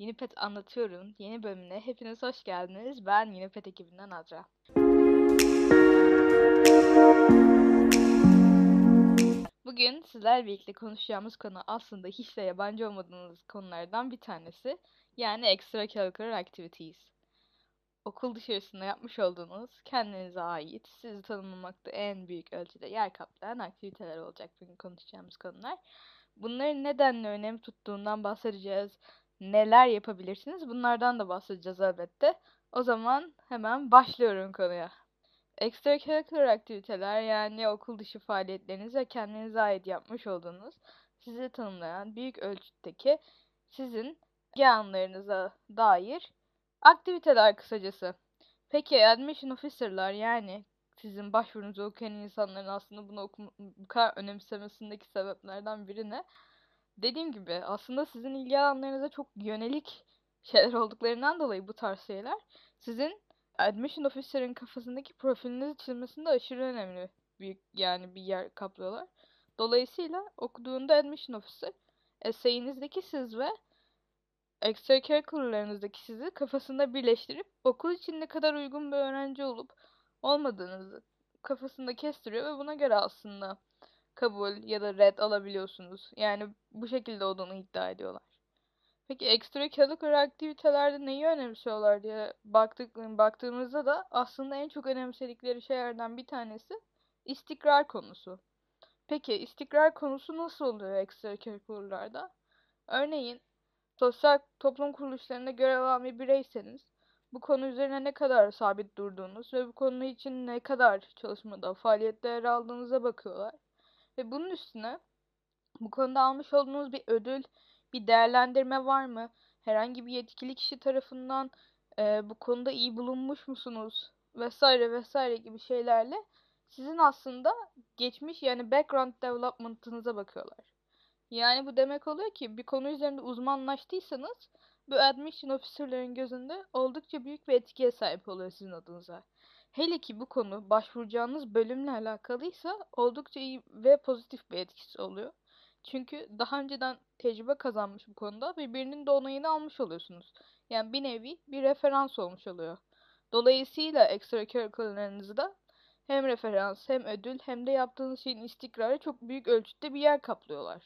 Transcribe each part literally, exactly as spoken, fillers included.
Unipet Anlatıyorum yeni bölümüne hepiniz hoş geldiniz. Ben Unipet ekibinden Azra. Bugün sizlerle birlikte konuşacağımız konu aslında hiç de yabancı olmadığınız konulardan bir tanesi. Yani extracurricular activities. Okul dışarısında yapmış olduğunuz, kendinize ait, sizi tanımlamakta en büyük ölçüde yer kaplayan aktiviteler olacak bugün konuşacağımız konular. Bunların nedenle önem tuttuğundan bahsedeceğiz. Neler yapabilirsiniz? Bunlardan da bahsedeceğiz elbette. O zaman hemen başlıyorum konuya. Extracurricular aktiviteler yani okul dışı faaliyetleriniz ve kendinize ait yapmış olduğunuz, sizi tanımlayan büyük ölçütteki sizin ilgi alanlarınıza dair aktiviteler kısacası. Peki admission officer'lar yani sizin başvurunuzu okuyan insanların aslında bunu okum bu kadar önemsemesindeki sebeplerden biri ne? Dediğim gibi aslında sizin ilgi alanlarınıza çok yönelik şeyler olduklarından dolayı bu tarz şeyler sizin admission officer'ın kafasındaki profilinizi çizmesinde aşırı önemli büyük yani bir yer kaplıyorlar. Dolayısıyla okuduğunda admission officer essay'inizdeki siz ve extracurricular'ınızdaki sizi kafasında birleştirip okul için ne kadar uygun bir öğrenci olup olmadığınızı kafasında kestiriyor ve buna göre aslında kabul ya da red alabiliyorsunuz. Yani bu şekilde olduğunu iddia ediyorlar. Peki extracurricular aktivitelerde neyi önemsiyorlar diye baktık, baktığımızda da aslında en çok önemsedikleri şeylerden bir tanesi istikrar konusu. Peki istikrar konusu nasıl oluyor extracurricular'da? Örneğin sosyal toplum kuruluşlarında görev alan bir bireyseniz bu konu üzerine ne kadar sabit durduğunuz ve bu konu için ne kadar çalışmada, faaliyette yer aldığınıza bakıyorlar. Ve bunun üstüne bu konuda almış olduğunuz bir ödül, bir değerlendirme var mı? Herhangi bir yetkili kişi tarafından e, bu konuda iyi bulunmuş musunuz? Vesaire vesaire gibi şeylerle sizin aslında geçmiş yani background development'ınıza bakıyorlar. Yani bu demek oluyor ki bir konu üzerinde uzmanlaştıysanız bu admission officer'ların gözünde oldukça büyük bir etkiye sahip oluyor sizin adınıza. Hele ki bu konu başvuracağınız bölümle alakalıysa oldukça iyi ve pozitif bir etkisi oluyor. Çünkü daha önceden tecrübe kazanmış bu konuda ve birinin de onayını almış oluyorsunuz. Yani bir nevi bir referans olmuş oluyor. Dolayısıyla extracurricular'ınızda hem referans hem ödül hem de yaptığınız şeyin istikrarı çok büyük ölçüde bir yer kaplıyorlar.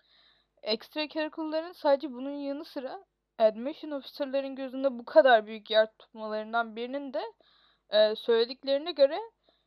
Extracurricular'ın sadece bunun yanı sıra admission officer'ların gözünde bu kadar büyük yer tutmalarından birinin de e, söylediklerine göre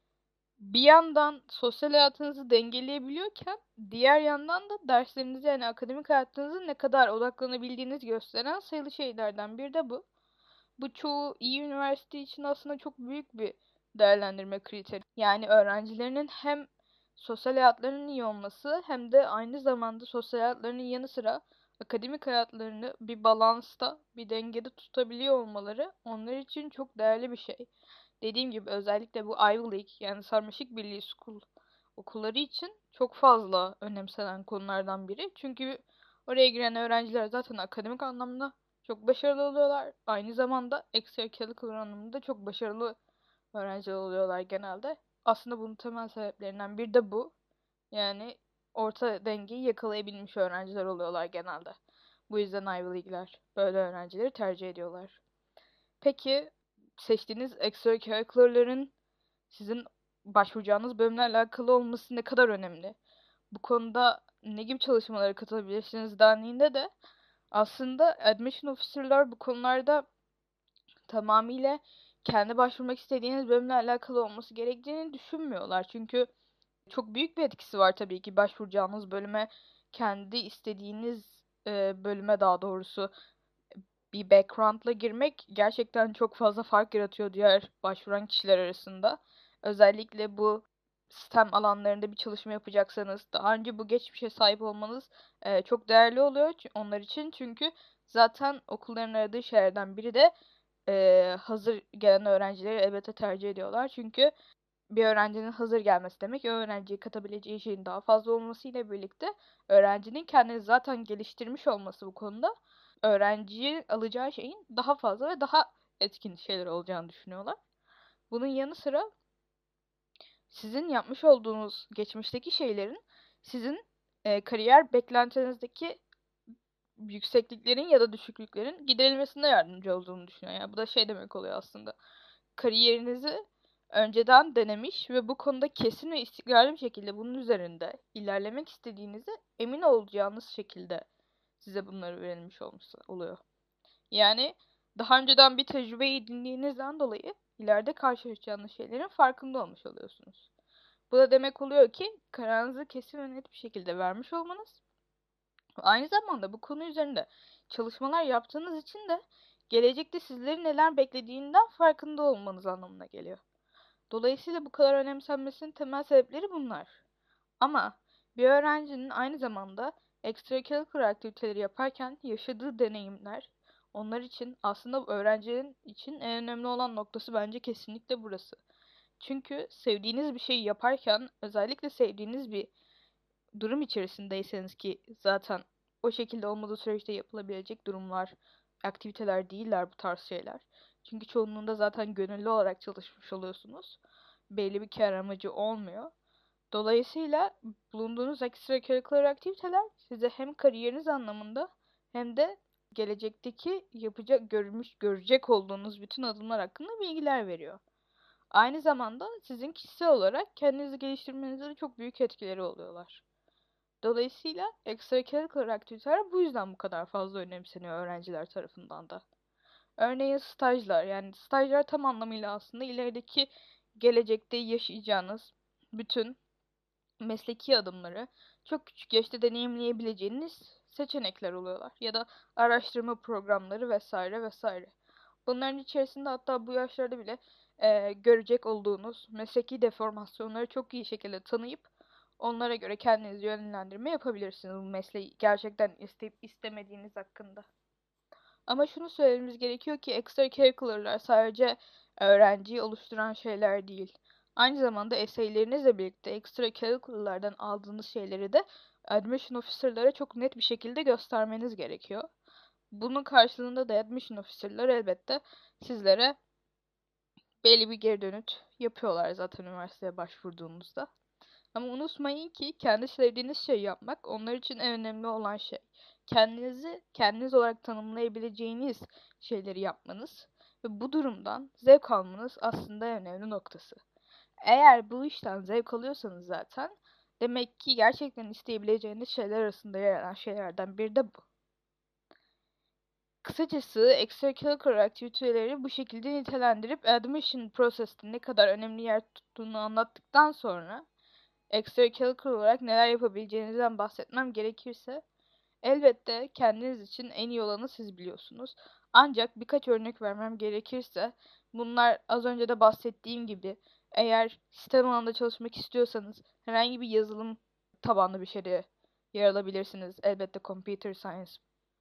bir yandan sosyal hayatınızı dengeleyebiliyorken diğer yandan da derslerinize yani akademik hayatınızı ne kadar odaklanabildiğinizi gösteren sayılı şeylerden biri de bu. Bu çoğu iyi üniversite için aslında çok büyük bir değerlendirme kriteri. Yani öğrencilerinin hem sosyal hayatlarının iyi olması hem de aynı zamanda sosyal hayatlarının yanı sıra akademik hayatlarını bir balansta, bir dengede tutabiliyor olmaları onlar için çok değerli bir şey. Dediğim gibi özellikle bu Ivy League yani Sarmaşık Birliği School okulları için çok fazla önemsenen konulardan biri. Çünkü oraya giren öğrenciler zaten akademik anlamda çok başarılı oluyorlar. Aynı zamanda extracurricular anlamında çok başarılı öğrenciler oluyorlar genelde. Aslında bunun temel sebeplerinden biri de bu. Yani orta dengeyi yakalayabilmiş öğrenciler oluyorlar genelde. Bu yüzden Ivy League'ler böyle öğrencileri tercih ediyorlar. Peki seçtiğiniz extracurricular'ların sizin başvuracağınız bölümle alakalı olması ne kadar önemli? Bu konuda ne gibi çalışmalara katılabilirsiniz dendiğinde de aslında admission officer'lar bu konularda tamamıyla kendi başvurmak istediğiniz bölümle alakalı olması gerektiğini düşünmüyorlar. Çünkü çok büyük bir etkisi var tabii ki başvuracağınız bölüme, kendi istediğiniz e, bölüme daha doğrusu bir background'la girmek gerçekten çok fazla fark yaratıyor diğer başvuran kişiler arasında. Özellikle bu STEM alanlarında bir çalışma yapacaksanız daha önce bu geçmişe sahip olmanız e, çok değerli oluyor ç- onlar için. Çünkü zaten okulların aradığı şeylerden biri de e, hazır gelen öğrencileri elbette tercih ediyorlar. Çünkü bir öğrencinin hazır gelmesi demek, o öğrenciye katabileceği şeyin daha fazla olmasıyla birlikte öğrencinin kendini zaten geliştirmiş olması bu konuda öğrenciyi alacağı şeyin daha fazla ve daha etkin şeyler olacağını düşünüyorlar. Bunun yanı sıra sizin yapmış olduğunuz geçmişteki şeylerin sizin e, kariyer beklentinizdeki yüksekliklerin ya da düşüklüklerin giderilmesine yardımcı olduğunu düşünüyor. Yani bu da şey demek oluyor aslında. Kariyerinizi önceden denemiş ve bu konuda kesin ve istikrarlı bir şekilde bunun üzerinde ilerlemek istediğinizi emin olacağınız şekilde size bunları verilmiş olması oluyor. Yani daha önceden bir tecrübe edindiğinizden dolayı ileride karşılaşacağınız şeylerin farkında olmuş oluyorsunuz. Bu da demek oluyor ki kararınızı kesin ve net bir şekilde vermiş olmanız, aynı zamanda bu konu üzerinde çalışmalar yaptığınız için de gelecekte sizleri neler beklediğinden farkında olmanız anlamına geliyor. Dolayısıyla bu kadar önemsenmesinin temel sebepleri bunlar. Ama bir öğrencinin aynı zamanda extracurricular aktiviteleri yaparken yaşadığı deneyimler onlar için aslında öğrencinin için en önemli olan noktası bence kesinlikle burası. Çünkü sevdiğiniz bir şeyi yaparken özellikle sevdiğiniz bir durum içerisindeyseniz ki zaten o şekilde olmadığı süreçte yapılabilecek durumlar, aktiviteler değiller bu tarz şeyler. Çünkü çoğunluğunda zaten gönüllü olarak çalışmış oluyorsunuz. Belli bir kar amacı olmuyor. Dolayısıyla bulunduğunuz ekstraküriküler aktiviteler size hem kariyeriniz anlamında hem de gelecekteki yapacak, görmüş, görecek olduğunuz bütün adımlar hakkında bilgiler veriyor. Aynı zamanda sizin kişisel olarak kendinizi geliştirmenize de çok büyük etkileri oluyorlar. Dolayısıyla ekstraküriküler aktiviteler bu yüzden bu kadar fazla önemseniyor öğrenciler tarafından da. Örneğin stajlar, yani stajlar tam anlamıyla aslında ilerideki gelecekte yaşayacağınız bütün mesleki adımları çok küçük yaşta deneyimleyebileceğiniz seçenekler oluyorlar. Ya da araştırma programları vesaire vesaire. Bunların içerisinde hatta bu yaşlarda bile e, görecek olduğunuz mesleki deformasyonları çok iyi şekilde tanıyıp onlara göre kendinizi yönlendirme yapabilirsiniz bu mesleği gerçekten isteyip istemediğiniz hakkında. Ama şunu söylememiz gerekiyor ki extracurricular'lar sadece öğrenciyi oluşturan şeyler değil. Aynı zamanda eseylerinizle birlikte extracurricular'dan aldığınız şeyleri de admission officer'lara çok net bir şekilde göstermeniz gerekiyor. Bunun karşılığında da admission officer'lar elbette sizlere belli bir geri dönüt yapıyorlar zaten üniversiteye başvurduğunuzda. Ama unutmayın ki kendi sevdiğiniz şeyi yapmak onlar için en önemli olan şey. Kendinizi kendiniz olarak tanımlayabileceğiniz şeyleri yapmanız ve bu durumdan zevk almanız aslında en önemli noktası. Eğer bu işten zevk alıyorsanız zaten demek ki gerçekten isteyebileceğiniz şeyler arasında yer alan şeylerden biri de bu. Kısacası extracurricular aktiviteleri bu şekilde nitelendirip admission prosesinde ne kadar önemli yer tuttuğunu anlattıktan sonra extracurricular olarak neler yapabileceğinizden bahsetmem gerekirse elbette kendiniz için en iyi olanı siz biliyorsunuz. Ancak birkaç örnek vermem gerekirse bunlar az önce de bahsettiğim gibi eğer sistem alanında çalışmak istiyorsanız herhangi bir yazılım tabanlı bir şeye yer alabilirsiniz. Elbette computer science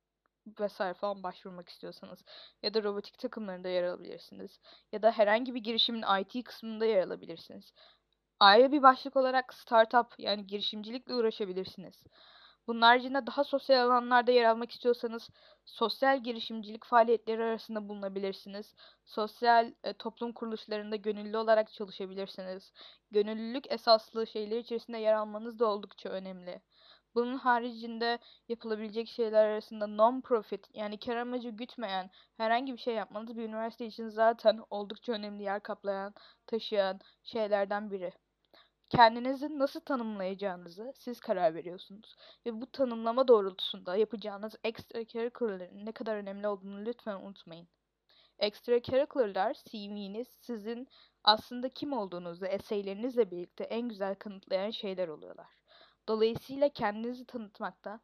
vesaire falan başvurmak istiyorsanız ya da robotik takımlarında yer alabilirsiniz ya da herhangi bir girişimin I T kısmında yer alabilirsiniz. Ayrı bir başlık olarak startup yani girişimcilikle uğraşabilirsiniz. Bunun haricinde daha sosyal alanlarda yer almak istiyorsanız sosyal girişimcilik faaliyetleri arasında bulunabilirsiniz. Sosyal e, toplum kuruluşlarında gönüllü olarak çalışabilirsiniz. Gönüllülük esaslı şeyler içerisinde yer almanız da oldukça önemli. Bunun haricinde yapılabilecek şeyler arasında non-profit yani kar amacı gütmeyen herhangi bir şey yapmanız bir üniversite için zaten oldukça önemli yer kaplayan, taşıyan şeylerden biri. Kendinizi nasıl tanımlayacağınızı siz karar veriyorsunuz. Ve bu tanımlama doğrultusunda yapacağınız extracurricular'ın ne kadar önemli olduğunu lütfen unutmayın. Extracurricular'lar C V'niz sizin aslında kim olduğunuzu eseylerinizle birlikte en güzel kanıtlayan şeyler oluyorlar. Dolayısıyla kendinizi tanıtmakta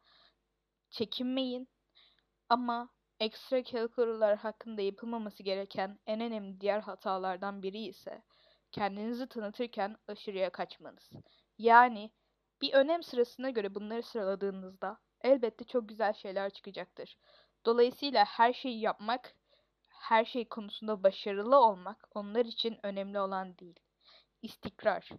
çekinmeyin ama extracurricular hakkında yapılmaması gereken en önemli diğer hatalardan biri ise kendinizi tanıtırken aşırıya kaçmanız. Yani bir önem sırasına göre bunları sıraladığınızda elbette çok güzel şeyler çıkacaktır. Dolayısıyla her şeyi yapmak, her şey konusunda başarılı olmak onlar için önemli olan değil. İstikrar.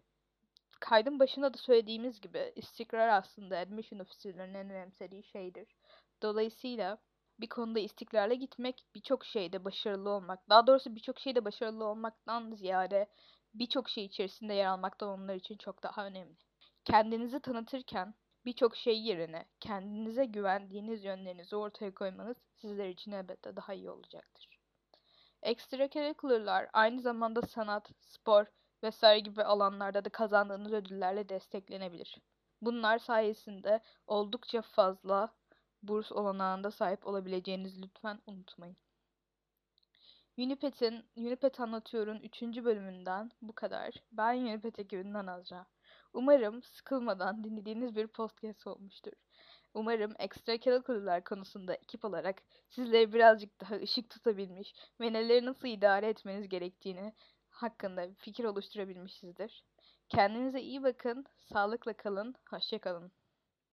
Kaydın başında da söylediğimiz gibi istikrar aslında admission officer'ların en önemsediği şeydir. Dolayısıyla bir konuda istikrarla gitmek, birçok şeyde başarılı olmak, daha doğrusu birçok şeyde başarılı olmaktan ziyade birçok şey içerisinde yer almaktan onlar için çok daha önemli. Kendinizi tanıtırken Birçok şey yerine kendinize güvendiğiniz yönlerinizi ortaya koymanız sizler için elbette daha iyi olacaktır. Extracurricular'lar aynı zamanda sanat, spor vesaire gibi alanlarda da kazandığınız ödüllerle desteklenebilir. Bunlar sayesinde oldukça fazla burs olanağında sahip olabileceğinizi lütfen unutmayın. Unipet'in, Unipet Anlatıyor'un üçüncü bölümünden bu kadar. Ben Unipet ekibinden Azra. Umarım sıkılmadan dinlediğiniz bir podcast olmuştur. Umarım extracurricular konusunda ekip olarak sizleri birazcık daha ışık tutabilmiş ve neleri nasıl idare etmeniz gerektiğini hakkında bir fikir oluşturabilmişizdir. Kendinize iyi bakın, sağlıkla kalın, hoşça kalın.